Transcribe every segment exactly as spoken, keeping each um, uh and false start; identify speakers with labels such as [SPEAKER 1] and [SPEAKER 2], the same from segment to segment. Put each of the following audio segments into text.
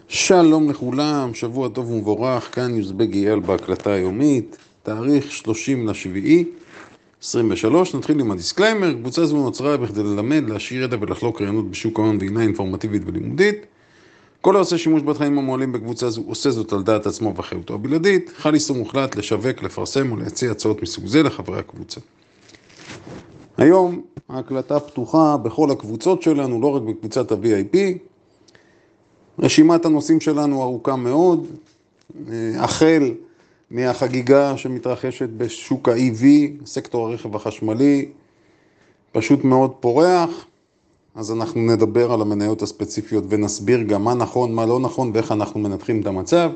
[SPEAKER 1] שלום לכולם, שבוע טוב ומבורך, כאן יוזבג אייל בהקלטה היומית, תאריך שלושים לשביעי עשרים ושלוש. נתחיל עם הדיסקליימר. קבוצה זו נוצרה בכדי ללמד, להשאיר ידע ולחלוק רעיונות בשוק ההון ועינה אינפורמטיבית ולימודית. כל העושה שימוש בתכנים המועלים בקבוצה זו עושה זאת על דעת עצמו ואחריותו הבלעדית. חל איסור מוחלט לשווק, לפרסם או להציע הצעות מסוג זה לחברי הקבוצה. היום ההקלטה פתוחה בכל הקבוצות שלנו, לא רק בקבוצת ה-וי איי פי. רשימת הנושאים שלנו ארוכה מאוד, החל מהחגיגה שמתרחשת בשוק ה-אי וי, סקטור הרכב החשמלי, פשוט מאוד פורח. אז אנחנו נדבר על המניות הספציפיות ונסביר גם מה נכון, מה לא נכון ואיך אנחנו מנתחים את המצב.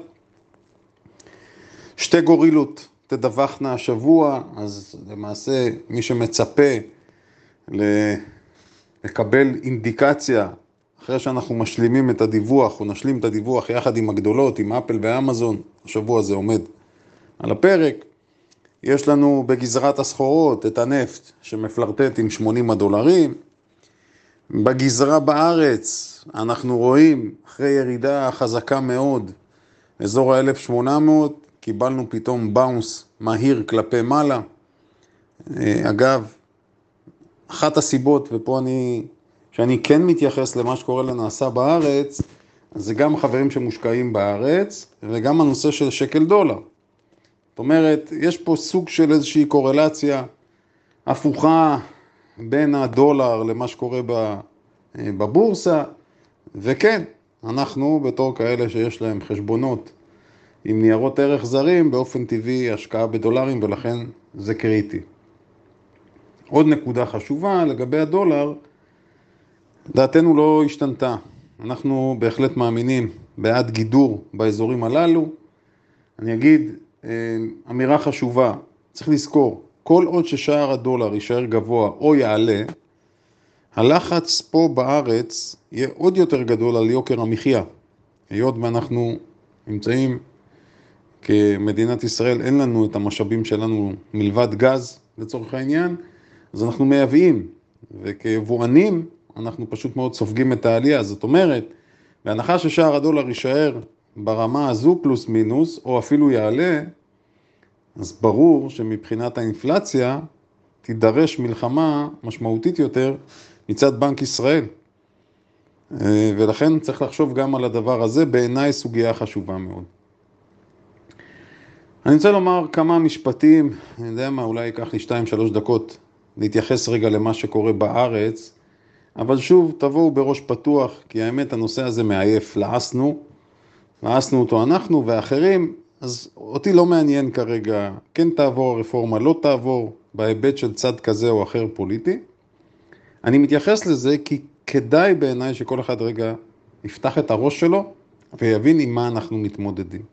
[SPEAKER 1] שתי גורילות תדווחנה השבוע, אז למעשה מי שמצפה לקבל אינדיקציה אחרי שאנחנו משלימים את הדיווח, או נשלים את הדיווח יחד עם הגדולות, עם אפל ואמזון, השבוע הזה עומד על הפרק. יש לנו בגזרת הסחורות את הנפט שמפלרטט עם שמונים דולרים. בגזרה בארץ אנחנו רואים אחרי ירידה חזקה מאוד, אזור ה-אלף ושמונה מאות, קיבלנו פתאום באונס מהיר כלפי מעלה. אגב, אחת הסיבות, ופה אני... שאני כן מתייחס למה שקורה לנעשה בארץ, אז זה גם חברים שמושקעים בארץ, וגם הנושא של שקל דולר. זאת אומרת, יש פה סוג של איזושהי קורלציה הפוכה בין הדולר למה שקורה בבורסה, וכן, אנחנו בתור כאלה שיש להם חשבונות עם ניירות ערך זרים, באופן טבעי השקעה בדולרים, ולכן זה קריטי. עוד נקודה חשובה לגבי הדולר, דעתנו לא השתנתה. אנחנו בהחלט מאמינים בעד גידור באזורים הללו. אני אגיד, אמירה חשובה, צריך לזכור, כל עוד ששער הדולר יישאר גבוה או יעלה, הלחץ פה בארץ יהיה עוד יותר גדול על יוקר המחיה. היות ואנחנו נמצאים כמדינת ישראל, אין לנו את המשאבים שלנו מלבד גז לצורך העניין, אז אנחנו מייבאים, וכיבואנים אנחנו פשוט מאוד סופגים את העלייה. זאת אומרת, בהנחה ששער הדולר יישאר ברמה הזו פלוס מינוס, או אפילו יעלה, אז ברור שמבחינת האינפלציה תידרש מלחמה משמעותית יותר מצד בנק ישראל. ולכן צריך לחשוב גם על הדבר הזה, בעיניי סוגיה חשובה מאוד. אני רוצה לומר כמה משפטים, אני יודע מה, אולי ייקח לי שתיים שלוש דקות להתייחס רגע למה שקורה בארץ, אבל שוב, תבואו בראש פתוח, כי האמת הנושא הזה מעייף. לעסנו, לעסנו אותו אנחנו ואחרים, אז אותי לא מעניין כרגע, כן תעבור הרפורמה, לא תעבור, בהיבט של צד כזה או אחר פוליטי. אני מתייחס לזה כי כדאי בעיניי שכל אחד רגע יפתח את הראש שלו, ויבין עם מה אנחנו מתמודדים.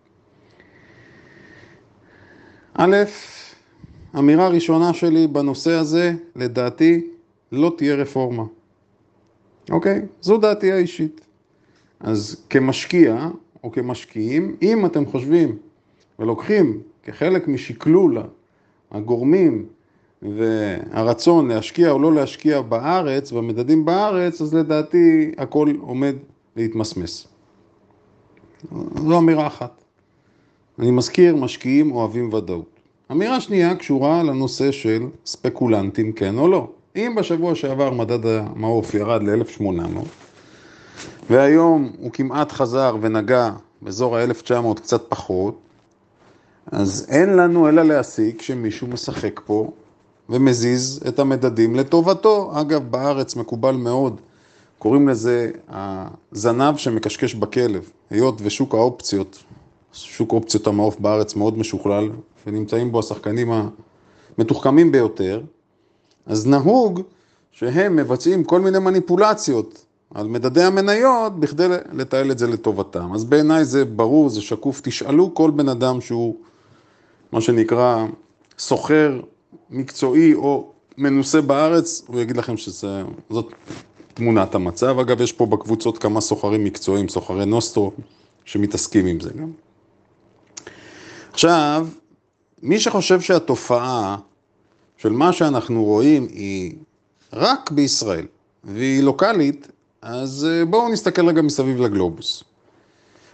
[SPEAKER 1] א', אמירה ראשונה שלי בנושא הזה, לדעתי, לא תהיה רפורמה. אוקיי? זו דעתי האישית. אז כמשקיע או כמשקיעים, אם אתם חושבים ולוקחים כחלק משקלול הגורמים והרצון להשקיע או לא להשקיע בארץ והמדדים בארץ, אז לדעתי הכל עומד להתמסמס. זו אמירה אחת. אני מזכיר, משקיעים אוהבים ודאות. אמירה שנייה קשורה לנושא של ספקולנטים, כן או לא. אם בשבוע שעבר מדד המעוף ירד ל-אלף ושמונה מאות, והיום הוא כמעט חזר ונגע באזור ה-אלף ותשע מאות קצת פחות, אז אין לנו אלא להסיק שמישהו משחק פה ומזיז את המדדים לטובתו. אגב, בארץ מקובל מאוד, קוראים לזה הזנב שמקשקש בכלב, היות ושוק האופציות, שוק אופציות המעוף בארץ מאוד משוכלל, ונמצאים בו השחקנים המתוחכמים ביותר, אז נהוג שהם מבצעים כל מיני מניפולציות על מדדי המניות בכדי לתעל את זה לטובתם. אז בעיניי זה ברור, זה שקוף. תשאלו כל בן אדם שהוא מה שנקרא סוחר מקצועי או מנוסה בארץ, הוא יגיד לכם שזאת תמונת המצב. אגב, יש פה בקבוצות כמה סוחרים מקצועיים, סוחרי נוסטרו, שמתעסקים עם זה גם. עכשיו, מי שחושב שהתופעה של מה שאנחנו רואים היא רק בישראל והיא לוקלית, אז בואו נסתכל רגע מסביב לגלובוס.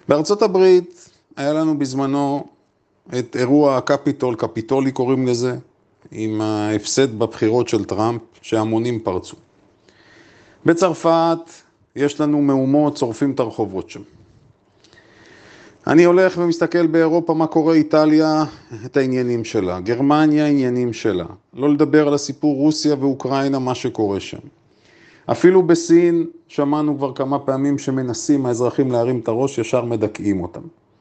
[SPEAKER 1] בארצות הברית היה לנו בזמנו את אירוע הקפיטול, קפיטולי קוראים לזה, עם ההפסד בבחירות של טראמפ, שהמונים פרצו. בצרפת יש לנו מהומות, צורפים את הרחובות שם. אני הולך ומסתכל באירופה מה קורה, איטליה, את העניינים שלה, גרמניה, עניינים שלה. לא לדבר על הסיפור רוסיה ואוקראינה, מה שקורה שם. אפילו בסין שמענו כבר כמה פעמים שמנסים האזרחים להרים את הראש, ישר מדכאים אותם.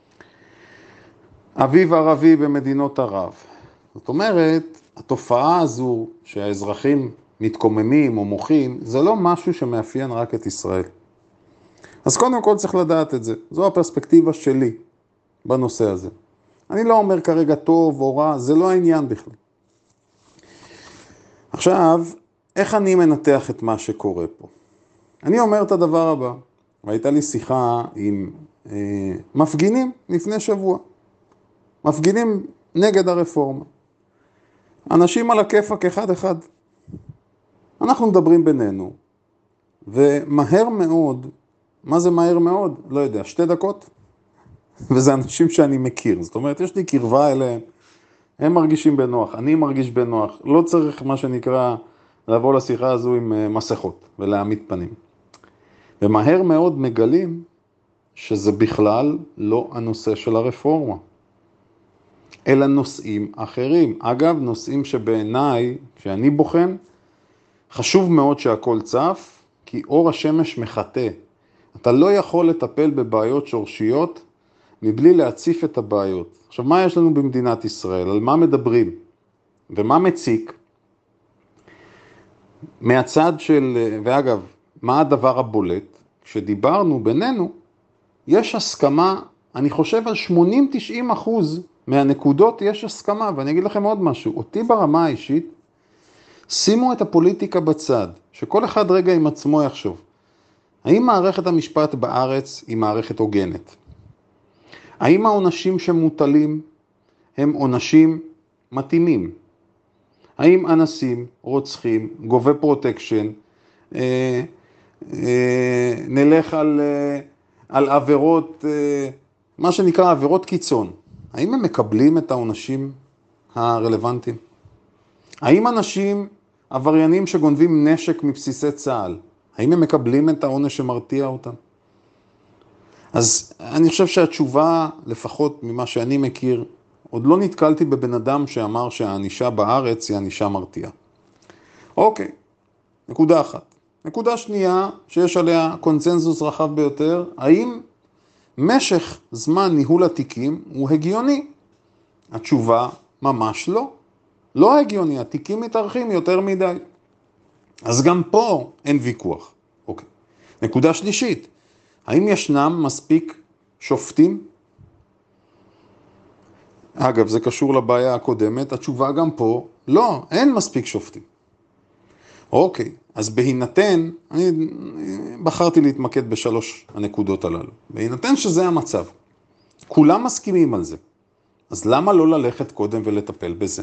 [SPEAKER 1] אביב ערבי במדינות ערב. זאת אומרת, התופעה הזו שהאזרחים מתקוממים או מוחים, זה לא משהו שמאפיין רק את ישראל. אז קודם כל צריך לדעת את זה. זו הפרספקטיבה שלי בנושא הזה. אני לא אומר כרגע טוב או רע, זה לא העניין בכלל. עכשיו, איך אני מנתח את מה שקורה פה? אני אומר את הדבר הבא, והייתה לי שיחה עם אה, מפגינים לפני שבוע. מפגינים נגד הרפורמה. אנשים על הכיפק אחד אחד. אנחנו מדברים בינינו, ומהר מאוד, מה זה מהר מאוד? לא יודע, שתי דקות? וזה אנשים שאני מכיר. זאת אומרת, יש לי קרבה אליהם, הם מרגישים בנוח, אני מרגיש בנוח. לא צריך מה שנקרא לבוא לשיחה הזו עם מסכות ולהעמיד פנים. ומהר מאוד מגלים שזה בכלל לא הנושא של הרפורמה, אלא נושאים אחרים. אגב, נושאים שבעיניי, כשאני בוחן, חשוב מאוד שהכל צף, כי אור השמש מחטא. אתה לא יכול לטפל בבעיות שורשיות מבלי להציף את הבעיות. עכשיו, מה יש לנו במדינת ישראל? על מה מדברים? ומה מציק? מהצד של, ואגב, מה הדבר הבולט? כשדיברנו בינינו, יש הסכמה, אני חושב על שמונים תשעים אחוז מהנקודות יש הסכמה, ואני אגיד לכם עוד משהו. אותי ברמה האישית, שימו את הפוליטיקה בצד, שכל אחד רגע עם עצמו יחשוב. האם מערכת המשפט בארץ היא מערכת הוגנת? האם העונשים שמוטלים הם עונשים מתאימים? האם אנסים, רוצחים, גובה פרוטקשן, אה, אה, נלך על, אה, על עבירות, אה, מה שנקרא עבירות קיצון, האם הם מקבלים את העונשים הרלוונטיים? האם אנשים, עבריינים שגונבים נשק מבסיסי צה"ל, האם הם מקבלים את העונש שמרתיע אותם? אז אני חושב שהתשובה, לפחות ממה שאני מכיר, עוד לא נתקלתי בבן אדם שאמר שהענישה בארץ היא ענישה מרתיעה. אוקיי, נקודה אחת. נקודה שנייה, שיש עליה קונצנזוס רחב ביותר, האם משך זמן ניהול התיקים הוא הגיוני? התשובה ממש לא. לא הגיוני, התיקים מתארכים יותר מדי. אז גם פה אין ויכוח. אוקיי. נקודה שלישית, האם ישנם מספיק שופטים? אגב, זה קשור לבעיה הקודמת, התשובה גם פה, לא, אין מספיק שופטים. אוקיי, אז בהינתן, אני בחרתי להתמקד בשלוש הנקודות הללו. בהינתן שזה המצב, כולם מסכימים על זה, אז למה לא ללכת קודם ולטפל בזה?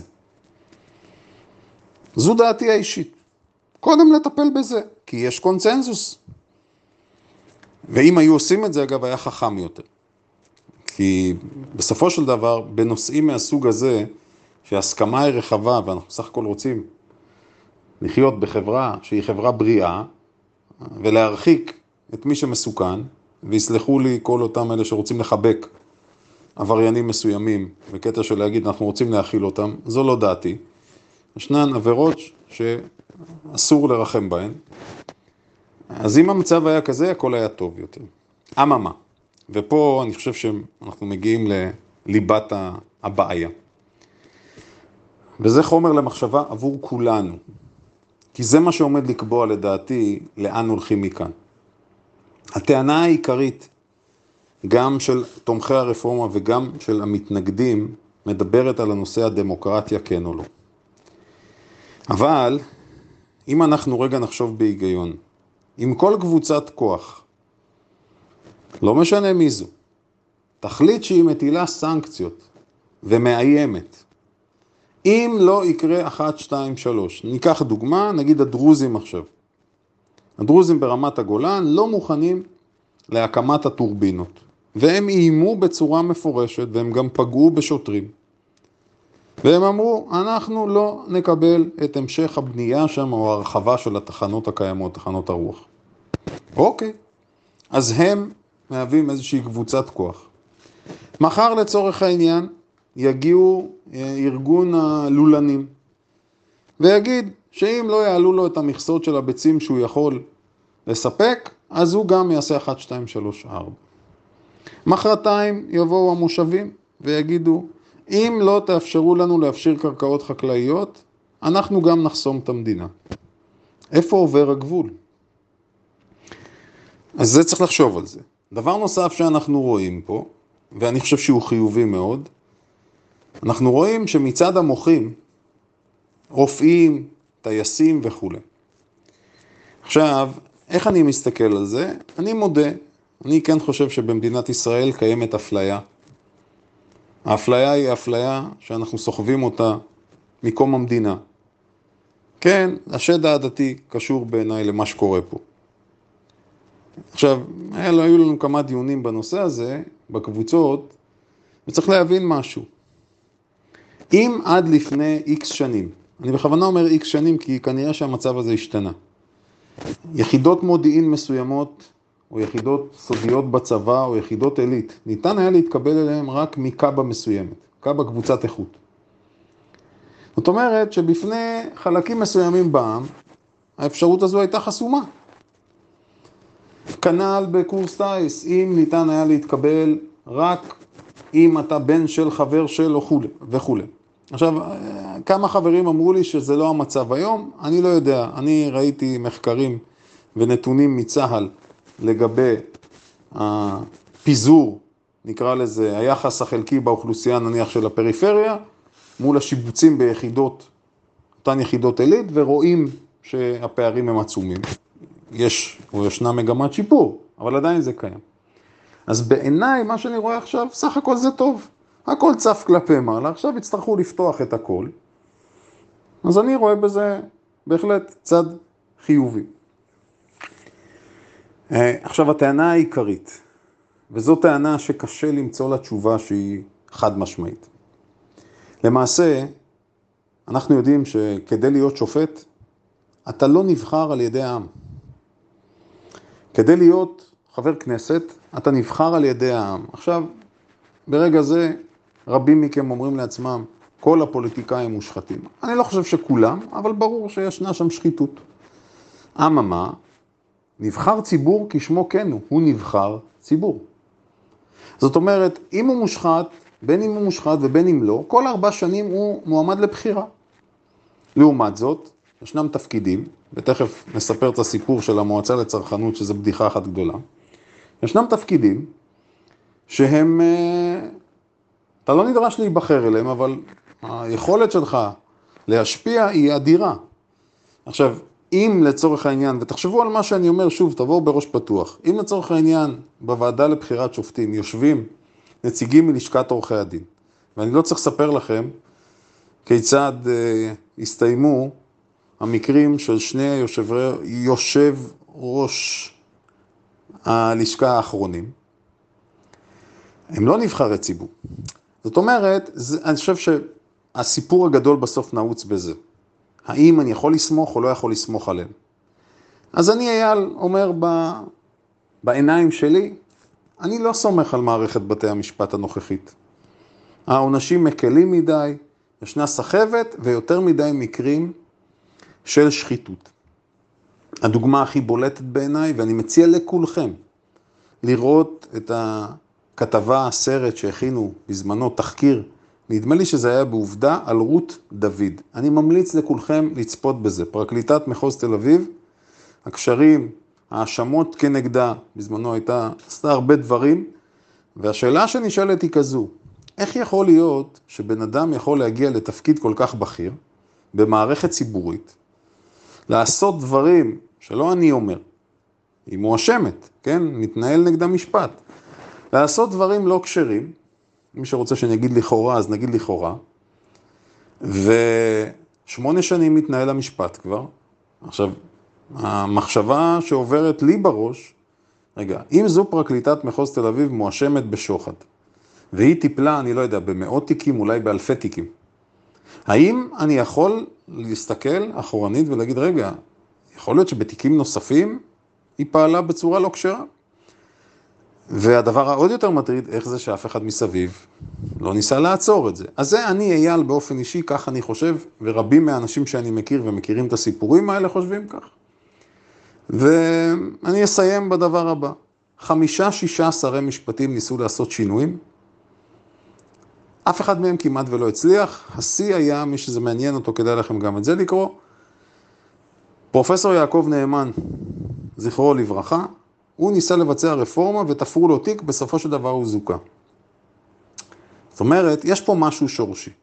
[SPEAKER 1] זו דעתי האישית. קודם לטפל בזה, כי יש קונצנזוס. ואם היו עושים את זה, אגב, היה חכם יותר. כי בסופו של דבר, בנושאים מהסוג הזה, שההסכמה היא רחבה, ואנחנו סך הכל רוצים לחיות בחברה שהיא חברה בריאה, ולהרחיק את מי שמסוכן, ויסלחו לי כל אותם אלה שרוצים לחבק עבריינים מסוימים, בקטע של להגיד, אנחנו רוצים להכיל אותם, זו לא דעתי. ישנן עבירות שאסור לרחם בהן. אז אם המצב היה כזה, הכל היה טוב יותר. אממה, ופה אני חושב שאנחנו מגיעים לליבת הבעיה. וזה חומר למחשבה עבור כולנו. כי זה מה שעומד לקבוע לדעתי לאן הולכים מכאן. הטענה העיקרית, גם של תומכי הרפורמה וגם של המתנגדים, מדברת על הנושא הדמוקרטיה כן או לא. אבל אם אנחנו רגע נחשוב בהיגיון, עם כל קבוצת כוח, לא משנה מי זו, תחליט שהיא מטילה סנקציות ומאיימת, אם לא יקרה אחת, שתיים, שלוש. ניקח דוגמה, נגיד הדרוזים עכשיו. הדרוזים ברמת הגולן לא מוכנים להקמת הטורבינות. והם איימו בצורה מפורשת, והם גם פגעו בשוטרים. והם אמרו, אנחנו לא נקבל את המשך הבנייה שם, או הרחבה של התחנות הקיימות, תחנות הרוח. אוקיי, אז הם מהווים איזושהי קבוצת כוח. מחר לצורך העניין, יגיעו ארגון הלולנים, ויגיד שאם לא יעלו לו את המכסות של הביצים שהוא יכול לספק, אז הוא גם יעשה אחת, שתיים, שלוש, ארבע. מחרתיים יבואו המושבים ויגידו, אם לא תאפשרו לנו להפשיר קרקעות חקלאיות, אנחנו גם נחסום את המדינה. איפה עובר הגבול? אז זה צריך לחשוב על זה. דבר נוסף שאנחנו רואים פה, ואני חושב שהוא חיובי מאוד, אנחנו רואים שמצד המוחים, רופאים, טייסים וכו'. עכשיו, איך אני מסתכל על זה? אני מודה, אני כן חושב שבמדינת ישראל קיימת אפליה. האפליה היא אפליה שאנחנו סוחבים אותה מקום המדינה. כן, השד העדתי קשור בעיניי למה שקורה פה. עכשיו, היו לנו כמה דיונים בנושא הזה, בקבוצות, וצריך להבין משהו. אם עד לפני איקס שנים, אני בכוונה אומר איקס שנים כי כנראה שהמצב הזה השתנה, יחידות מודיעין מסוימות, או יחידות סודיות בצבא, או יחידות עילית, ניתן היה להתקבל אליהם רק מקב"א מסוימת, קב"א קבוצת איכות. זאת אומרת שבפני חלקים מסוימים בעם, האפשרות הזו הייתה חסומה. כנ"ל בקורס טייס, אם ניתן היה להתקבל רק אם אתה בן של חבר של וכו'. עכשיו, כמה חברים אמרו לי שזה לא המצב היום, אני לא יודע, אני ראיתי מחקרים ונתונים מצה"ל לגבי הפיזור, נקרא לזה, היחס החלקי באוכלוסייה נניח של הפריפריה, מול השיבוצים ביחידות, אותן יחידות עילית, ורואים שהפערים הם עצומים. יש או ישנה מגמת שיפור, אבל עדיין זה קיים. אז בעיניי, מה שאני רואה עכשיו, סך הכל זה טוב. הכל צף כלפי מעלה, עכשיו יצטרכו לפתוח את הכל. אז אני רואה בזה בהחלט צד חיובי. עכשיו, הטענה העיקרית, וזו טענה שקשה למצוא לה תשובה שהיא חד משמעית. למעשה, אנחנו יודעים שכדי להיות שופט, אתה לא נבחר על ידי העם. כדי להיות חבר כנסת, אתה נבחר על ידי העם. עכשיו, ברגע זה, רבים מכם אומרים לעצמם, כל הפוליטיקאים מושחתים. אני לא חושב שכולם, אבל ברור שישנה שם שחיתות. אממה, נבחר ציבור כשמו כן הוא, הוא נבחר ציבור. זאת אומרת, אם הוא מושחת, בין אם הוא מושחת ובין אם לא, כל ארבע שנים הוא מועמד לבחירה. לעומת זאת, ישנם תפקידים, ותכף נספר את הסיפור של המועצה לצרכנות, שזה בדיחה אחת גדולה. ישנם תפקידים שהם, אתה לא נדרש להיבחר אליהם, אבל היכולת שלך להשפיע היא אדירה. עכשיו, אם לצורך העניין, ותחשבו על מה שאני אומר שוב, תבואו בראש פתוח, אם לצורך העניין בוועדה לבחירת שופטים יושבים נציגים מלשכת עורכי הדין, ואני לא צריך לספר לכם כיצד אה, הסתיימו המקרים של שני יושב, יושב ראש הלשכה האחרונים, הם לא נבחרי ציבור. זאת אומרת, זה, אני חושב שהסיפור הגדול בסוף נעוץ בזה. האם אני יכול לסמוך או לא יכול לסמוך עליהם? אז אני אייל אומר ב, בעיניים שלי, אני לא סומך על מערכת בתי המשפט הנוכחית. העונשים מקלים מדי, ישנה סחבת ויותר מדי מקרים של שחיתות. הדוגמה הכי בולטת בעיניי, ואני מציע לכולכם לראות את הכתבה, הסרט שהכינו בזמנו, תחקיר, נדמה לי שזה היה בעובדה, על רות דוד. אני ממליץ לכולכם לצפות בזה. פרקליטת מחוז תל אביב, הקשרים, האשמות כנגדה, בזמנו הייתה, עשתה הרבה דברים, והשאלה שנשאלת היא כזו, איך יכול להיות שבן אדם יכול להגיע לתפקיד כל כך בכיר, במערכת ציבורית, לעשות דברים שלא אני אומר, היא מואשמת, כן? מתנהל נגדה משפט, לעשות דברים לא כשרים, מי שרוצה שנגיד לכאורה, אז נגיד לכאורה, ושמונה שנים מתנהל המשפט כבר. עכשיו, המחשבה שעוברת לי בראש, רגע, אם זו פרקליטת מחוז תל אביב מואשמת בשוחד, והיא טיפלה, אני לא יודע, במאות תיקים, אולי באלפי תיקים, האם אני יכול להסתכל אחורנית ולהגיד, רגע, יכול להיות שבתיקים נוספים היא פעלה בצורה לא כשרה? והדבר העוד יותר מטריד, איך זה שאף אחד מסביב לא ניסה לעצור את זה. אז זה אני אייל באופן אישי, כך אני חושב, ורבים מהאנשים שאני מכיר ומכירים את הסיפורים האלה חושבים כך. ואני אסיים בדבר הבא. חמישה, שישה שרי משפטים ניסו לעשות שינויים. אף אחד מהם כמעט ולא הצליח. השיא היה, מי שזה מעניין אותו, כדאי לכם גם את זה לקרוא. פרופסור יעקב נאמן, זכרו לברכה, הוא ניסה לבצע רפורמה ותפרו לו תיק, בסופו של דבר הוא זוכה. זאת אומרת, יש פה משהו שורשי.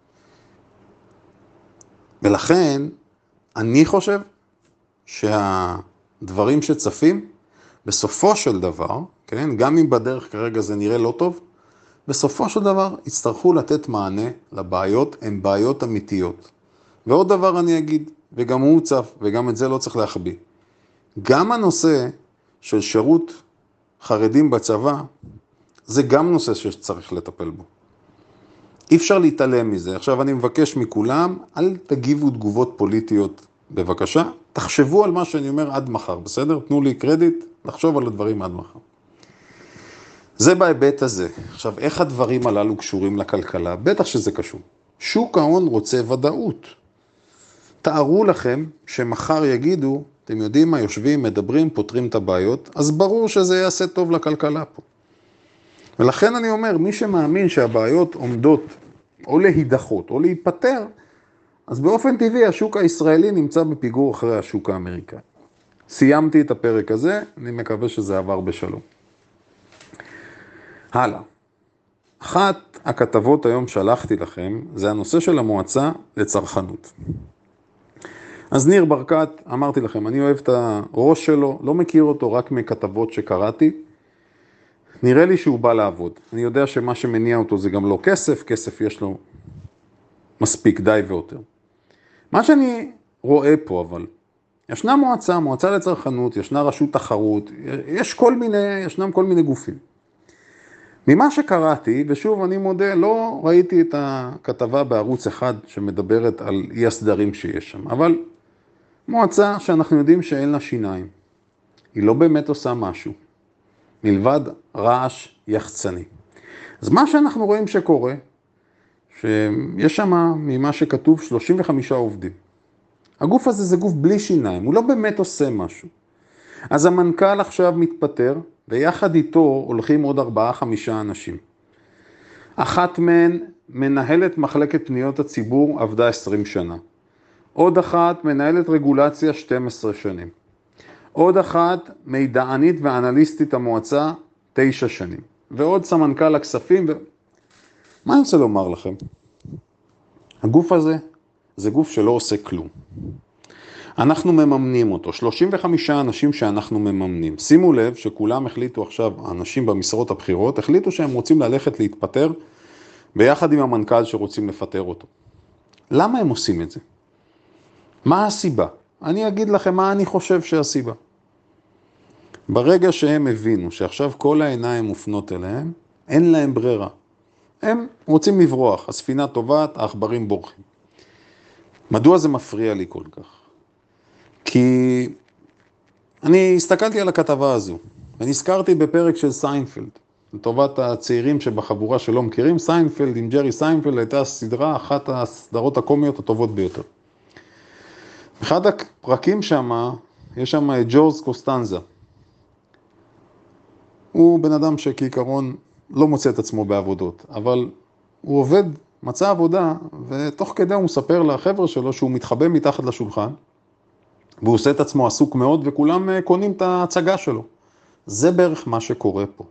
[SPEAKER 1] ולכן, אני חושב שהדברים שצפים, בסופו של דבר, כן, גם אם בדרך כרגע זה נראה לא טוב, בסופו של דבר יצטרכו לתת מענה לבעיות, הן בעיות אמיתיות. ועוד דבר אני אגיד, וגם הוא צף, וגם את זה לא צריך להחביא. גם הנושא של שירות חרדים בצבא, זה גם נושא שצריך לטפל בו. אי אפשר להתעלם מזה. עכשיו אני מבקש מכולם, אל תגיבו תגובות פוליטיות בבקשה. תחשבו על מה שאני אומר עד מחר, בסדר? תנו לי קרדיט, לחשוב על הדברים עד מחר. זה בהיבט הזה. עכשיו, איך הדברים הללו קשורים לכלכלה? בטח שזה קשור. שוק ההון רוצה ודאות. תארו לכם שמחר יגידו, אתם יודעים מה, יושבים, מדברים, פותרים את הבעיות, אז ברור שזה יעשה טוב לכלכלה פה. ולכן אני אומר, מי שמאמין שהבעיות עומדות או להידחות או להיפטר, אז באופן טבעי השוק הישראלי נמצא בפיגור אחרי השוק האמריקאי. סיימתי את הפרק הזה, אני מקווה שזה עבר בשלום. הלאה. אחת הכתבות היום שלחתי לכם, זה הנושא של המועצה לצרכנות. אז ניר ברקת, אמרתי לכם, אני אוהב את הראש שלו, לא מכיר אותו רק מכתבות שקראתי, נראה לי שהוא בא לעבוד. אני יודע שמה שמניע אותו זה גם לא כסף, כסף יש לו מספיק די ויותר. מה שאני רואה פה אבל, ישנה מועצה, מועצה לצרכנות, ישנה רשות תחרות, יש כל מיני, ישנם כל מיני גופים. ממה שקראתי, ושוב אני מודה, לא ראיתי את הכתבה בערוץ אחד שמדברת על אי הסדרים שיש שם, אבל מועצה שאנחנו יודעים שאין לה שיניים, היא לא באמת עושה משהו, מלבד רעש יחצני. אז מה שאנחנו רואים שקורה, שיש שם ממה שכתוב שלושים וחמישה עובדים. הגוף הזה זה גוף בלי שיניים, הוא לא באמת עושה משהו. אז המנכ"ל עכשיו מתפטר, ויחד איתו הולכים עוד ארבעה, חמישה אנשים. אחת מהן מנהלת מחלקת פניות הציבור, עבדה עשרים שנה. עוד אחת מנהלת רגולציה שתים עשרה שנים. עוד אחת מידענית ואנליסטית המועצה תשע שנים. ועוד סמנכ"ל הכספים. ו... מה אני רוצה לומר לכם? הגוף הזה זה גוף שלא עושה כלום. אנחנו מממנים אותו, שלושים וחמישה אנשים שאנחנו מממנים. שימו לב שכולם החליטו עכשיו, האנשים במשרות הבחירות, החליטו שהם רוצים ללכת להתפטר ביחד עם המנכ"ל שרוצים לפטר אותו. למה הם עושים את זה? מה הסיבה? אני אגיד לכם מה אני חושב שהסיבה. ברגע שהם הבינו שעכשיו כל העיניים מופנות אליהם, אין להם ברירה. הם רוצים לברוח, הספינה טובעת, העכברים בורחים. מדוע זה מפריע לי כל כך? כי אני הסתכלתי על הכתבה הזו, ונזכרתי בפרק של סיינפלד, לטובת הצעירים שבחבורה שלא מכירים, סיינפלד עם ג'רי סיינפלד הייתה סדרה, אחת הסדרות הקומיות הטובות ביותר. אחד הפרקים שם, יש שם את ג'ורג' קוסטנזה. הוא בן אדם שכעיקרון לא מוצא את עצמו בעבודות, אבל הוא עובד, מצא עבודה, ותוך כדי הוא מספר לחבר'ה שלו שהוא מתחבא מתחת לשולחן, והוא עושה את עצמו עסוק מאוד, וכולם קונים את ההצגה שלו. זה בערך מה שקורה פה.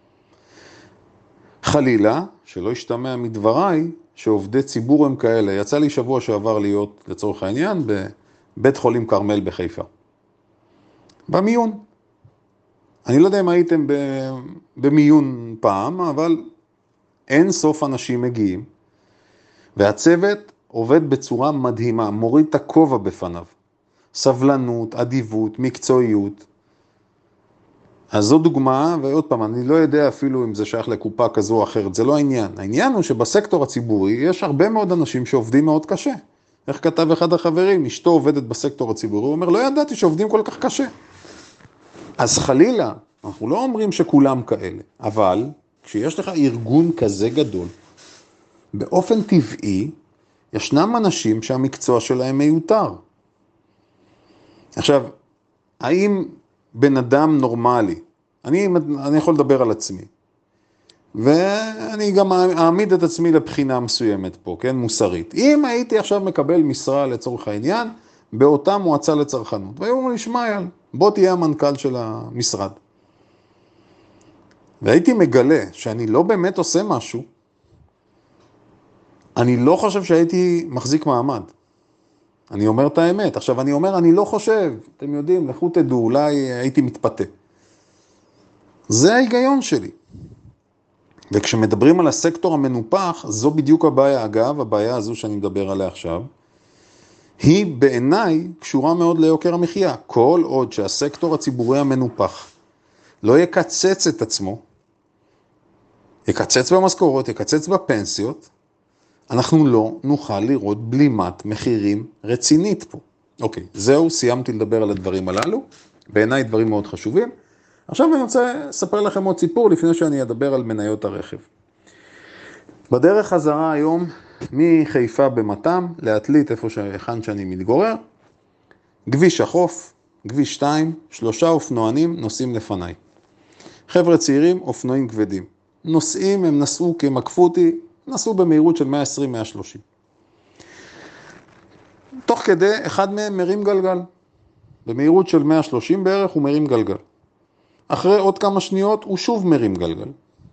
[SPEAKER 1] חלילה, שלא ישתמע מדבריי, שעובדי ציבור הם כאלה. יצא לי שבוע שעבר להיות, לצורך העניין, בבית חולים קרמל בחיפה. במיון. אני לא יודע אם הייתם במיון פעם, אבל אין סוף אנשים מגיעים, והצוות עובד בצורה מדהימה, מוריד את הכובע בפניו. סבלנות, אדיבות, מקצועיות. אז זו דוגמה, ועוד פעם, אני לא יודע אפילו אם זה שייך לקופה כזו או אחרת, זה לא העניין. העניין הוא שבסקטור הציבורי יש הרבה מאוד אנשים שעובדים מאוד קשה. איך כתב אחד החברים, אשתו עובדת בסקטור הציבורי, הוא אומר, לא ידעתי שעובדים כל כך קשה. אז חלילה, אנחנו לא אומרים שכולם כאלה, אבל כשיש לך ארגון כזה גדול, באופן טבעי, ישנם אנשים שהמקצוע שלהם מיותר. עכשיו, האם בן אדם נורמלי, אני, אני יכול לדבר על עצמי, ואני גם אעמיד את עצמי לבחינה מסוימת פה, כן, מוסרית. אם הייתי עכשיו מקבל משרה לצורך העניין, באותה מועצה לצרכנות, והיו אומרים לי, שמעיין, בוא תהיה המנכ"ל של המשרד. והייתי מגלה שאני לא באמת עושה משהו, אני לא חושב שהייתי מחזיק מעמד. אני אומר את האמת. עכשיו אני אומר, אני לא חושב, אתם יודעים, לכו תדעו, אולי הייתי מתפתה. זה ההיגיון שלי. וכשמדברים על הסקטור המנופח, זו בדיוק הבעיה. אגב, הבעיה הזו שאני מדבר עליה עכשיו, היא בעיניי קשורה מאוד ליוקר המחיה. כל עוד שהסקטור הציבורי המנופח לא יקצץ את עצמו, יקצץ במשכורות, יקצץ בפנסיות, אנחנו לא נוכל לראות בלימת מחירים רצינית פה. אוקיי, זהו, סיימתי לדבר על הדברים הללו. בעיניי דברים מאוד חשובים. עכשיו אני רוצה לספר לכם עוד סיפור לפני שאני אדבר על מניות הרכב. בדרך חזרה היום מחיפה במתם, לעתלית איפה שהכן שאני מתגורר, כביש החוף, כביש שתיים, שלושה אופנוענים נוסעים לפניי. חבר'ה צעירים, אופנועים כבדים. נוסעים, הם נסעו כמקפו אותי, נסעו במהירות של מאה עשרים מאה שלושים. תוך כדי, אחד מהם מרים גלגל. במהירות של מאה שלושים בערך הוא מרים גלגל. אחרי עוד כמה שניות הוא שוב מרים גלגל.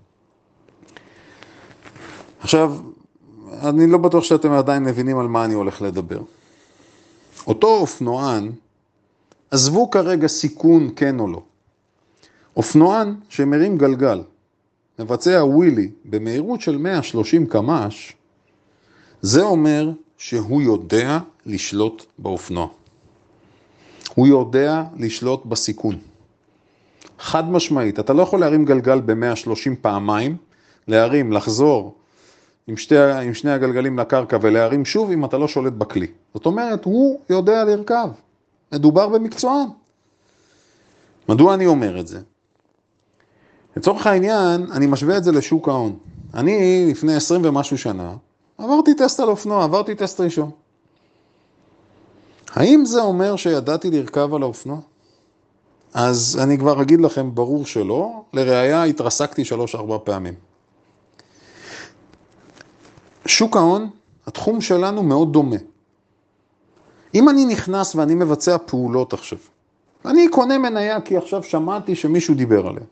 [SPEAKER 1] עכשיו, אני לא בטוח שאתם עדיין מבינים על מה אני הולך לדבר. אותו אופנוען, עזבו כרגע סיכון כן או לא. אופנוען שמרים גלגל, מבצע ווילי במהירות של מאה ושלושים קמ"ש, זה אומר שהוא יודע לשלוט באופנוע. הוא יודע לשלוט בסיכון. חד משמעית, אתה לא יכול להרים גלגל ב-מאה ושלושים פעמיים, להרים, לחזור עם, שתי, עם שני הגלגלים לקרקע ולהרים שוב אם אתה לא שולט בכלי. זאת אומרת, הוא יודע לרכב. מדובר במקצוען. מדוע אני אומר את זה? לצורך העניין, אני משווה את זה לשוק ההון. אני לפני עשרים ומשהו שנה, עברתי טסט על אופנוע, עברתי טסט ראשון. האם זה אומר שידעתי לרכב על האופנוע? אז אני כבר אגיד לכם, ברור שלא. לראיה, התרסקתי שלוש ארבע פעמים. שוק ההון, התחום שלנו מאוד דומה. אם אני נכנס ואני מבצע פעולות עכשיו, אני קונה מניה כי עכשיו שמעתי שמישהו דיבר עליה.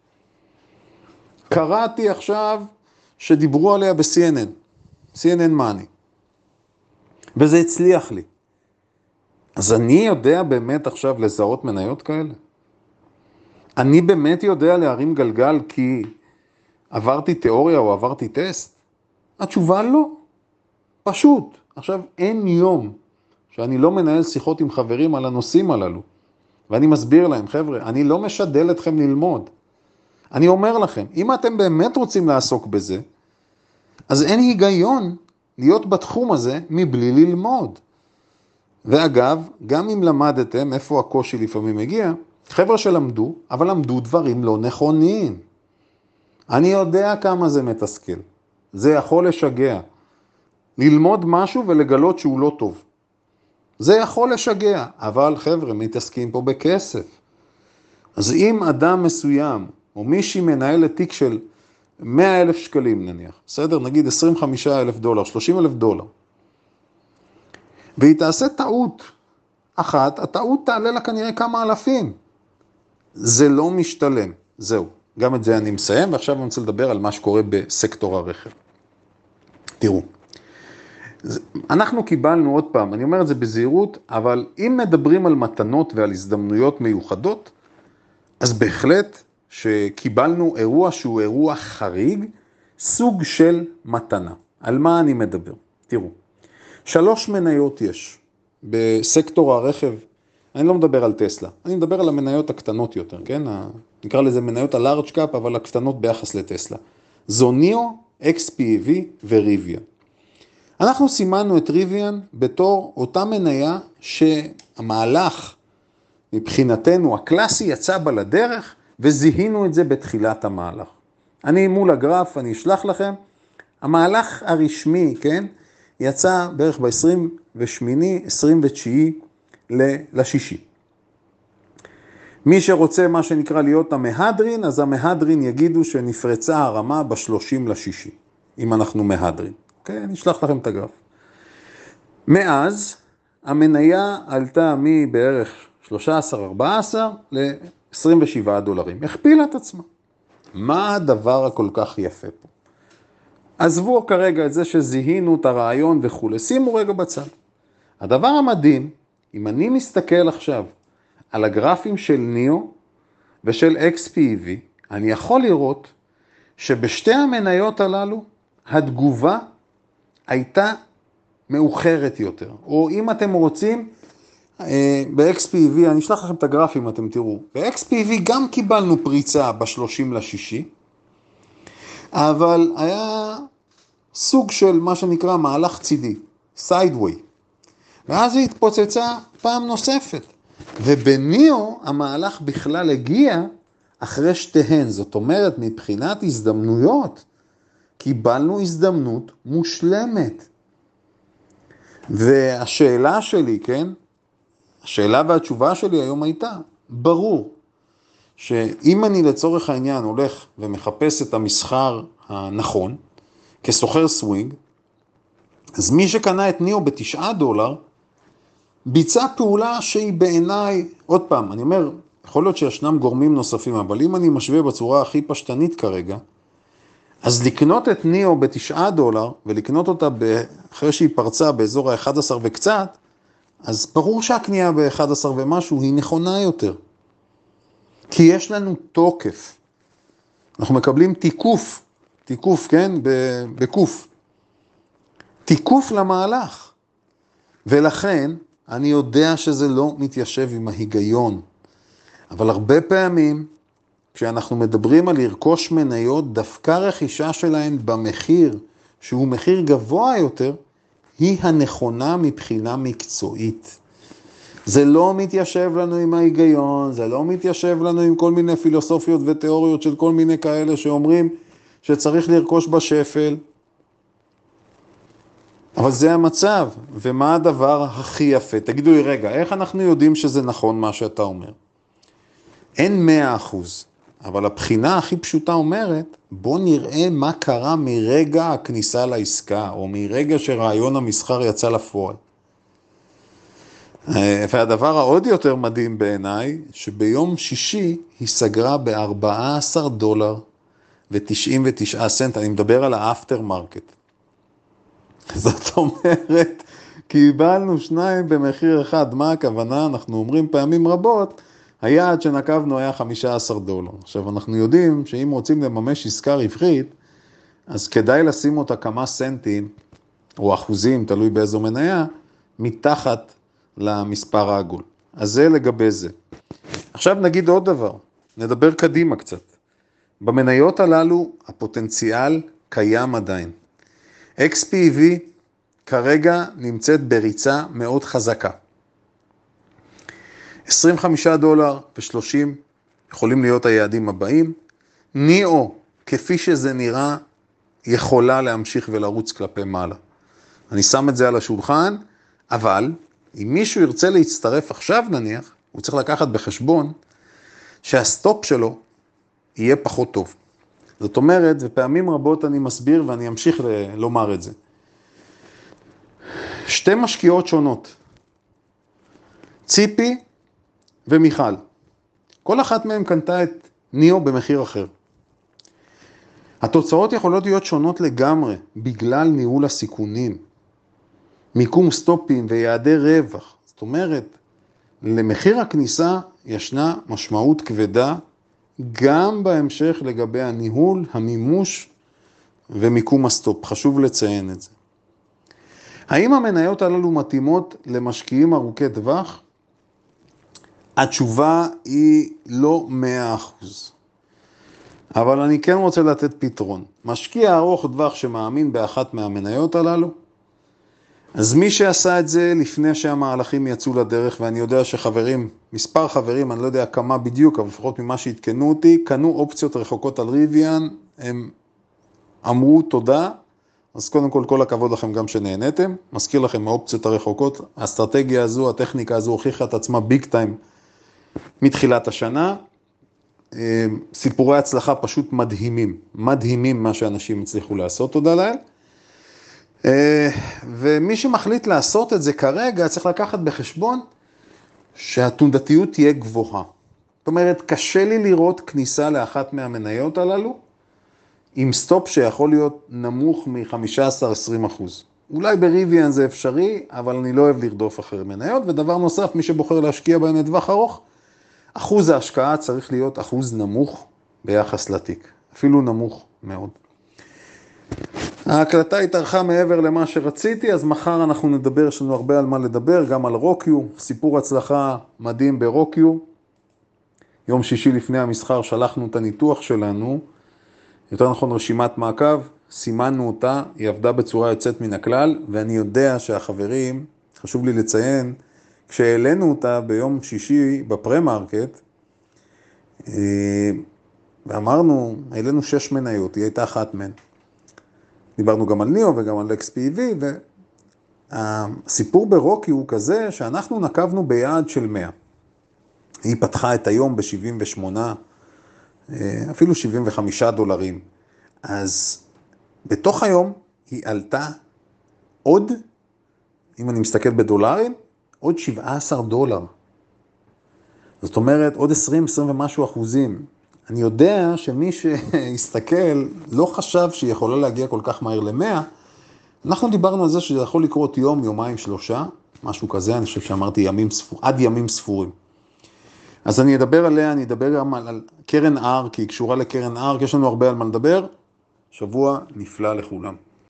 [SPEAKER 1] קראתי עכשיו שדיברו עליה ב-סי אן אן, סי אן אן Money, וזה הצליח לי. אז אני יודע באמת עכשיו לזהות מניות כאלה? אני באמת יודע להרים גלגל כי עברתי תיאוריה או עברתי טסט? התשובה לא. פשוט. עכשיו, אין יום שאני לא מנהל שיחות עם חברים על הנושאים הללו, ואני מסביר להם, חבר'ה, אני לא משדל אתכם ללמוד. אני אומר לכם, אם אתם באמת רוצים לעסוק בזה, אז אין היגיון להיות בתחום הזה מבלי ללמוד. ואגב, גם אם למדתם איפה הקושי לפעמים מגיע, חבר'ה שלמדו, אבל למדו דברים לא נכונים. אני יודע כמה זה מתסכל. זה יכול לשגע. ללמוד משהו ולגלות שהוא לא טוב. זה יכול לשגע, אבל חבר'ה, מתעסקים פה בכסף. אז אם אדם מסוים, או מישהי מנהל תיק של מאה אלף שקלים נניח, בסדר? נגיד עשרים וחמישה אלף דולר, שלושים אלף דולר, והיא תעשה טעות אחת, הטעות תעלה לה כנראה כמה אלפים. זה לא משתלם. זהו. גם את זה אני מסיים, ועכשיו אני רוצה לדבר על מה שקורה בסקטור הרכב. תראו. אנחנו קיבלנו עוד פעם, אני אומר את זה בזהירות, אבל אם מדברים על מתנות ועל הזדמנויות מיוחדות, אז בהחלט שקיבלנו אירוע שהוא אירוע חריג, סוג של מתנה. על מה אני מדבר? תראו. שלוש מניות יש בסקטור הרכב אני לא מדבר על טסלה, אני מדבר על המניות הקטנות יותר, כן? נקרא לזה מניות ה-large cap, אבל הקטנות ביחס לטסלה. זו ניאו, אקס פי וי וריוויאן. אנחנו סימנו את ריוויאן בתור אותה מניה שהמהלך מבחינתנו הקלאסי יצא בה לדרך, וזיהינו את זה בתחילת המהלך. אני מול הגרף, אני אשלח לכם, המהלך הרשמי, כן, יצא בערך ב-עשרים ושמונה עשרים ותשע לשישי. מי שרוצה מה שנקרא להיות המהדרין, אז המהדרין יגידו שנפרצה הרמה ב-שלושים לשישי, אם אנחנו מהדרין. אוקיי, אני אשלח לכם את הגרף. מאז, המניה עלתה מבערך שלושה עשר ארבע עשרה ל-עשרים ושבעה דולרים. הכפילה את עצמה. מה הדבר הכל כך יפה פה? עזבו כרגע את זה שזיהינו את הרעיון וכו', שימו רגע בצד. הדבר המדהים, אם אני מסתכל עכשיו על הגרפים של ניאו ושל אקס פי וי, אני יכול לראות שבשתי המניות הללו התגובה הייתה מאוחרת יותר. או אם אתם רוצים, ב-אקס פי וי, אני אשלח לכם את הגרפים, אתם תראו. ב-אקס פי וי גם קיבלנו פריצה ב-שלושים לשישי, אבל היה סוג של מה שנקרא מהלך צידי, sideways. ואז היא התפוצצה פעם נוספת. ובניאו המהלך בכלל הגיע אחרי שתיהן. זאת אומרת, מבחינת הזדמנויות, קיבלנו הזדמנות מושלמת. והשאלה שלי, כן? השאלה והתשובה שלי היום הייתה, ברור, שאם אני לצורך העניין הולך ומחפש את המסחר הנכון, כסוחר סווינג, אז מי שקנה את ניאו בתשעה דולר, ביצע פעולה שהיא בעיניי, עוד פעם, אני אומר, יכול להיות שישנם גורמים נוספים, אבל אם אני משווה בצורה הכי פשטנית כרגע, אז לקנות את ניאו בתשעה דולר, ולקנות אותה אחרי שהיא פרצה באזור ה-אחד עשר וקצת, אז ברור שהקנייה ב-אחד עשר ומשהו היא נכונה יותר. כי יש לנו תוקף. אנחנו מקבלים תיקוף, תיקוף, כן? בקוף. תיקוף למהלך. ולכן, אני יודע שזה לא מתיישב עם ההיגיון. אבל הרבה פעמים, כשאנחנו מדברים על לרכוש מניות, דווקא רכישה שלהן במחיר, שהוא מחיר גבוה יותר, היא הנכונה מבחינה מקצועית. זה לא מתיישב לנו עם ההיגיון, זה לא מתיישב לנו עם כל מיני פילוסופיות ותיאוריות של כל מיני כאלה שאומרים שצריך לרכוש בשפל. אבל זה המצב, ומה הדבר הכי יפה? תגידו לי רגע, איך אנחנו יודעים שזה נכון מה שאתה אומר? אין מאה אחוז, אבל הבחינה הכי פשוטה אומרת, בוא נראה מה קרה מרגע הכניסה לעסקה, או מרגע שרעיון המסחר יצא לפועל. והדבר העוד יותר מדהים בעיניי, שביום שישי היא סגרה ב-ארבעה עשר דולר ו-תשעים ותשעה סנט, אני מדבר על האפטר מרקט. זאת אומרת, קיבלנו שניים במחיר אחד, מה הכוונה? אנחנו אומרים פעמים רבות, היעד שנקבנו היה חמישה עשר דולר. עכשיו אנחנו יודעים שאם רוצים לממש עסקה רווחית, אז כדאי לשים אותה כמה סנטים, או אחוזים, תלוי באיזו מניה, מתחת למספר העגול. אז זה לגבי זה. עכשיו נגיד עוד דבר, נדבר קדימה קצת. במניות הללו הפוטנציאל קיים עדיין. אקס פי וי כרגע נמצאת בריצה מאוד חזקה. עשרים וחמישה דולר ו-שלושים יכולים להיות היעדים הבאים. ניאו, כפי שזה נראה, יכולה להמשיך ולרוץ כלפי מעלה. אני שם את זה על השולחן, אבל אם מישהו ירצה להצטרף עכשיו נניח, הוא צריך לקחת בחשבון שהסטופ שלו יהיה פחות טוב. זאת אומרת, ופעמים רבות אני מסביר ואני אמשיך לומר את זה. שתי משקיעות שונות, ציפי ומיכל. כל אחת מהם קנתה את ניאו במחיר אחר. התוצאות יכולות להיות שונות לגמרי בגלל ניהול הסיכונים, מיקום סטופים ויעדי רווח. זאת אומרת, למחיר הכניסה ישנה משמעות כבדה גם בהמשך לגבי הניהול, המימוש ומיקום הסטופ. חשוב לציין את זה. האם המניות הללו מתאימות למשקיעים ארוכי טווח? התשובה היא לא מאה אחוז. אבל אני כן רוצה לתת פתרון. משקיע ארוך טווח שמאמין באחת מהמניות הללו, אז מי שעשה את זה לפני שהמהלכים יצאו לדרך, ואני יודע שחברים, מספר חברים, אני לא יודע כמה בדיוק, אבל לפחות ממה שהתקנו אותי, קנו אופציות רחוקות על ריביאן, הם אמרו תודה, אז קודם כל כל הכבוד לכם גם שנהנתם, מזכיר לכם מהאופציות הרחוקות, האסטרטגיה הזו, הטכניקה הזו הוכיחה את עצמה ביג טיים מתחילת השנה, סיפורי הצלחה פשוט מדהימים, מדהימים מה שאנשים הצליחו לעשות, תודה לאל. ומי שמחליט לעשות את זה כרגע, צריך לקחת בחשבון שהתנודתיות תהיה גבוהה. זאת אומרת, קשה לי לראות כניסה לאחת מהמניות הללו, עם סטופ שיכול להיות נמוך מ-חמישה עשר עד עשרים אחוז. אולי בריביאן זה אפשרי, אבל אני לא אוהב לרדוף אחרי מניות. ודבר נוסף, מי שבוחר להשקיע בהן לטווח ארוך, אחוז ההשקעה צריך להיות אחוז נמוך ביחס לתיק, אפילו נמוך מאוד. ההקלטה התארכה מעבר למה שרציתי, אז מחר אנחנו נדבר, יש לנו הרבה על מה לדבר, גם על רוקיו, סיפור הצלחה מדהים ברוקיו. יום שישי לפני המסחר שלחנו את הניתוח שלנו, יותר נכון רשימת מעקב, סימנו אותה, היא עבדה בצורה יוצאת מן הכלל, ואני יודע שהחברים, חשוב לי לציין, כשהעלינו אותה ביום שישי בפרמרקט, ואמרנו, העלינו שש מניות, היא הייתה אחת מהן. דיברנו גם על ניאו וגם על אקס פי וי, והסיפור ברוקי הוא כזה שאנחנו נקבנו ביעד של מאה. היא פתחה את היום ב-שבעים ושמונה, אפילו שבעים וחמישה דולרים. אז בתוך היום היא עלתה עוד, אם אני מסתכל בדולרים, עוד שבעה עשר דולר. זאת אומרת, עוד עשרים, עשרים ומשהו אחוזים. אני יודע שמי שיסתכל לא חשב שהיא יכולה להגיע כל כך מהר ל-מאה. אנחנו דיברנו על זה שזה יכול לקרות יום, יומיים, שלושה, משהו כזה, אני חושב שאמרתי ימים ספור, עד ימים ספורים. אז אני אדבר עליה, אני אדבר גם על, על קרן ארק, כי היא קשורה לקרן ארק, יש לנו הרבה על מה לדבר. שבוע נפלא לכולם.